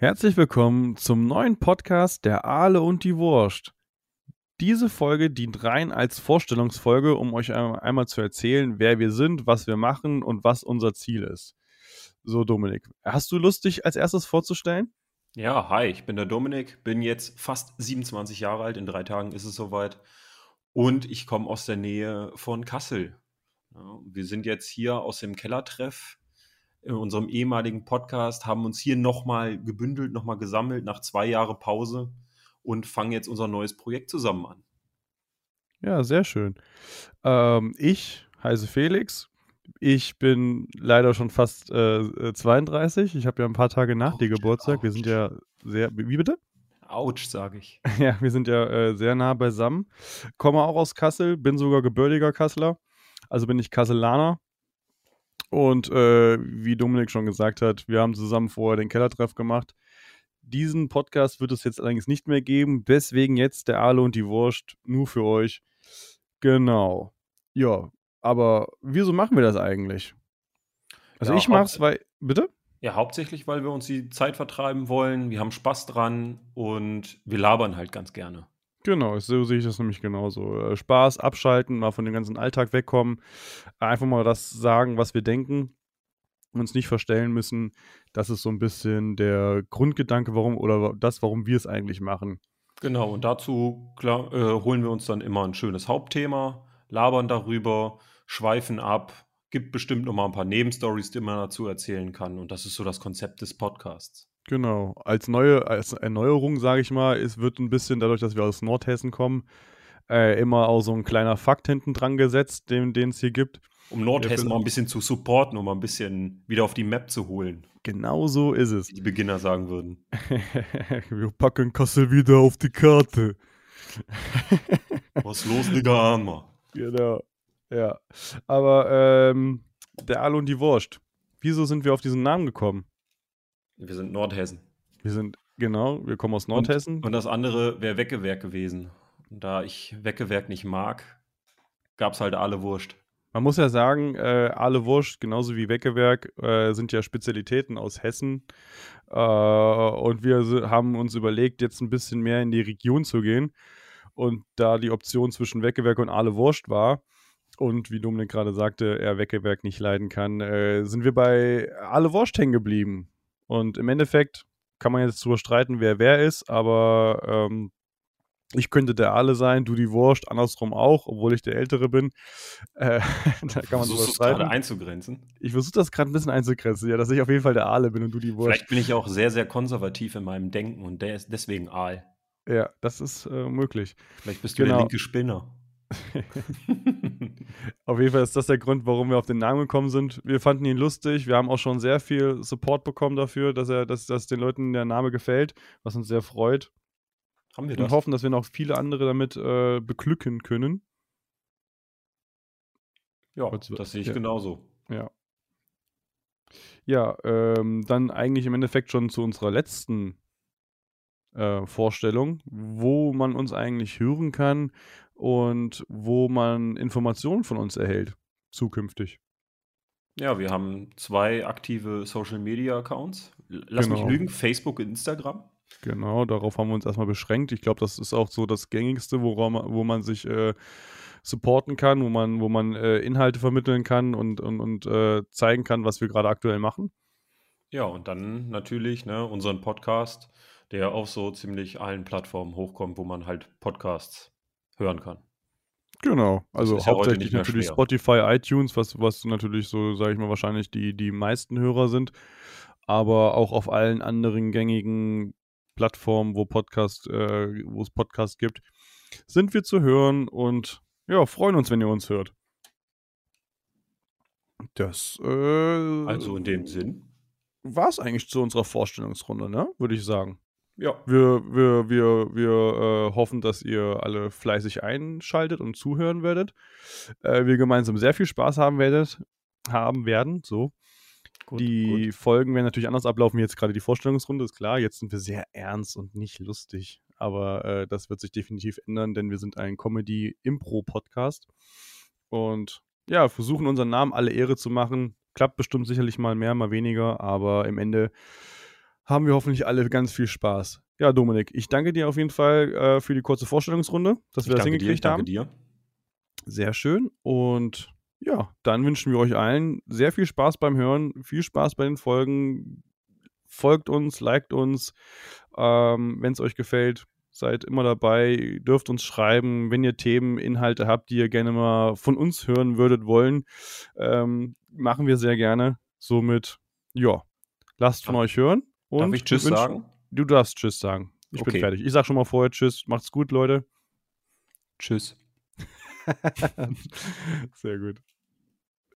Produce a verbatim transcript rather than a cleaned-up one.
Herzlich willkommen zum neuen Podcast der Aale und die Wurst. Diese Folge dient rein als Vorstellungsfolge, um euch ein- einmal zu erzählen, wer wir sind, was wir machen und was unser Ziel ist. So, Dominik, hast du Lust, dich als erstes vorzustellen? Ja, hi, ich bin der Dominik, bin jetzt fast siebenundzwanzig Jahre alt, in drei Tagen ist es soweit und ich komme aus der Nähe von Kassel. Ja, wir sind jetzt hier aus dem Kellertreff in unserem ehemaligen Podcast, haben uns hier nochmal gebündelt, nochmal gesammelt nach zwei Jahren Pause und fangen jetzt unser neues Projekt zusammen an. Ja, sehr schön. Ähm, ich heiße Felix. Ich bin leider schon fast äh, zweiunddreißig. Ich habe ja ein paar Tage nach dir Autsch, Geburtstag. Wir sind Autsch, ja sehr. Wie bitte? Autsch, sage ich. Ja, wir sind ja äh, sehr nah beisammen. Komme auch aus Kassel, bin sogar gebürtiger Kasseler. Also bin ich Kasselaner. Und äh, wie Dominik schon gesagt hat, wir haben zusammen vorher den Kellertreff gemacht. Diesen Podcast wird es jetzt allerdings nicht mehr geben. Deswegen jetzt der Aale und die Wurst nur für euch. Genau. Ja, aber wieso machen wir das eigentlich? Also Ja, ich mach's, Haupt weil. Bitte? ja, hauptsächlich, weil wir uns die Zeit vertreiben wollen, wir haben Spaß dran und wir labern halt ganz gerne. Genau, so sehe ich das nämlich genauso. Äh, Spaß, abschalten, mal von dem ganzen Alltag wegkommen, einfach mal das sagen, was wir denken, uns nicht verstellen müssen. Das ist so ein bisschen der Grundgedanke, warum oder das, warum wir es eigentlich machen. Genau, und dazu klar, äh, holen wir uns dann immer ein schönes Hauptthema, labern darüber, schweifen ab, gibt bestimmt noch mal ein paar Nebenstories, die man dazu erzählen kann. Und das ist so das Konzept des Podcasts. Genau. Als neue, als Erneuerung, sage ich mal, es wird ein bisschen dadurch, dass wir aus Nordhessen kommen, äh, immer auch so ein kleiner Fakt hinten dran gesetzt, den den es hier gibt. Um Der Nordhessen für, mal ein bisschen zu supporten, um mal ein bisschen wieder auf die Map zu holen, genau so ist wie es. die Beginner sagen würden. Wir packen Kassel wieder auf die Karte. Was los, Digga, Anma? Genau. Ja. Aber ähm, der Aal und die Wurst. Wieso sind wir auf diesen Namen gekommen? Wir sind Nordhessen. Wir sind, genau, wir kommen aus Und, Nordhessen. und das andere wäre Weckewerk gewesen. Und da ich Weckewerk nicht mag, gab es halt alle Wurst. Man muss ja sagen, äh, Aale Wurst, genauso wie Weckewerk, äh, sind ja Spezialitäten aus Hessen. Äh, und wir si- haben uns überlegt, jetzt ein bisschen mehr in die Region zu gehen. Und da die Option zwischen Weckewerk und Aale Wurst war, und wie Dominik gerade sagte, er Weckewerk nicht leiden kann, äh, sind wir bei Aale Wurst hängen geblieben. Und im Endeffekt kann man jetzt drüber streiten, wer wer ist, aber ähm, ich könnte der Aale sein, du die Wurst, andersrum auch, obwohl ich der Ältere bin. Äh, da kann man drüber Versuchst du es gerade streiten. einzugrenzen? Ich versuche das gerade ein bisschen einzugrenzen, ja, dass ich auf jeden Fall der Aale bin und du die Wurst. Vielleicht bin ich auch sehr, sehr konservativ in meinem Denken und der ist deswegen Aal. Ja, das ist äh, möglich. Vielleicht bist du der Genau. linke Spinner. Auf jeden Fall ist das der Grund, warum wir auf den Namen gekommen sind. Wir fanden ihn lustig. Wir haben auch schon sehr viel Support bekommen dafür, dass er, dass, dass den Leuten der Name gefällt, was uns sehr freut. Haben wir Und das? hoffen, dass wir noch viele andere damit äh, beglücken können. Ja, Was- das sehe ich Ja, genauso. ja. Ja, ähm, dann eigentlich im Endeffekt schon zu unserer letzten äh, Vorstellung, wo man uns eigentlich hören kann und wo man Informationen von uns erhält, zukünftig. Ja, wir haben zwei aktive Social Media Accounts. L- Lass mich Genau, lügen, Facebook und Instagram. genau, darauf haben wir uns erstmal beschränkt. Ich glaube, das ist auch so das Gängigste, woran man, wo man sich äh, supporten kann, wo man, wo man äh, Inhalte vermitteln kann und, und, und äh, zeigen kann, was wir gerade aktuell machen. Ja, und dann natürlich, ne, unseren Podcast, der auf so ziemlich allen Plattformen hochkommt, wo man halt Podcasts hören kann. Genau, Das also ist ja heute hauptsächlich nicht mehr natürlich schwer. Spotify, iTunes, was, was natürlich so, sage ich mal, wahrscheinlich die, die meisten Hörer sind, aber auch auf allen anderen gängigen Plattformen, wo Podcast, äh, wo es Podcasts gibt, sind wir zu hören und ja, freuen uns, wenn ihr uns hört. Das äh, Also in dem Sinn, war es eigentlich zu unserer Vorstellungsrunde, ne? Würde ich sagen. ja, Wir, wir, wir, wir äh, hoffen, dass ihr alle fleißig einschaltet und zuhören werdet. Äh, wir gemeinsam sehr viel Spaß haben werdet, haben werden. So. gut, gut. Die Folgen werden natürlich anders ablaufen, wie jetzt gerade die Vorstellungsrunde, ist klar. Jetzt sind wir sehr ernst und nicht lustig. Aber äh, das wird sich definitiv ändern, denn wir sind ein Comedy-Impro-Podcast. Und ja, versuchen unseren Namen alle Ehre zu machen. Klappt bestimmt sicherlich mal mehr, mal weniger, aber im Ende haben wir hoffentlich alle ganz viel Spaß. Ja, Dominik, ich danke dir auf jeden Fall äh, für die kurze Vorstellungsrunde, dass wir Ich das danke dir, ich hingekriegt danke haben. dir. Sehr schön. Und ja, dann wünschen wir euch allen sehr viel Spaß beim Hören, viel Spaß bei den Folgen. Folgt uns, liked uns, ähm, wenn es euch gefällt. Seid immer dabei, dürft uns schreiben, wenn ihr Themen, Inhalte habt, die ihr gerne mal von uns hören würdet wollen. Ähm, machen wir sehr gerne. Somit, ja, lasst von Darf- euch hören. Und Darf ich Tschüss wir wünschen- sagen? Du darfst Tschüss sagen. Ich bin Okay. fertig. Ich sag schon mal vorher Tschüss. Macht's gut, Leute. Tschüss. Sehr gut.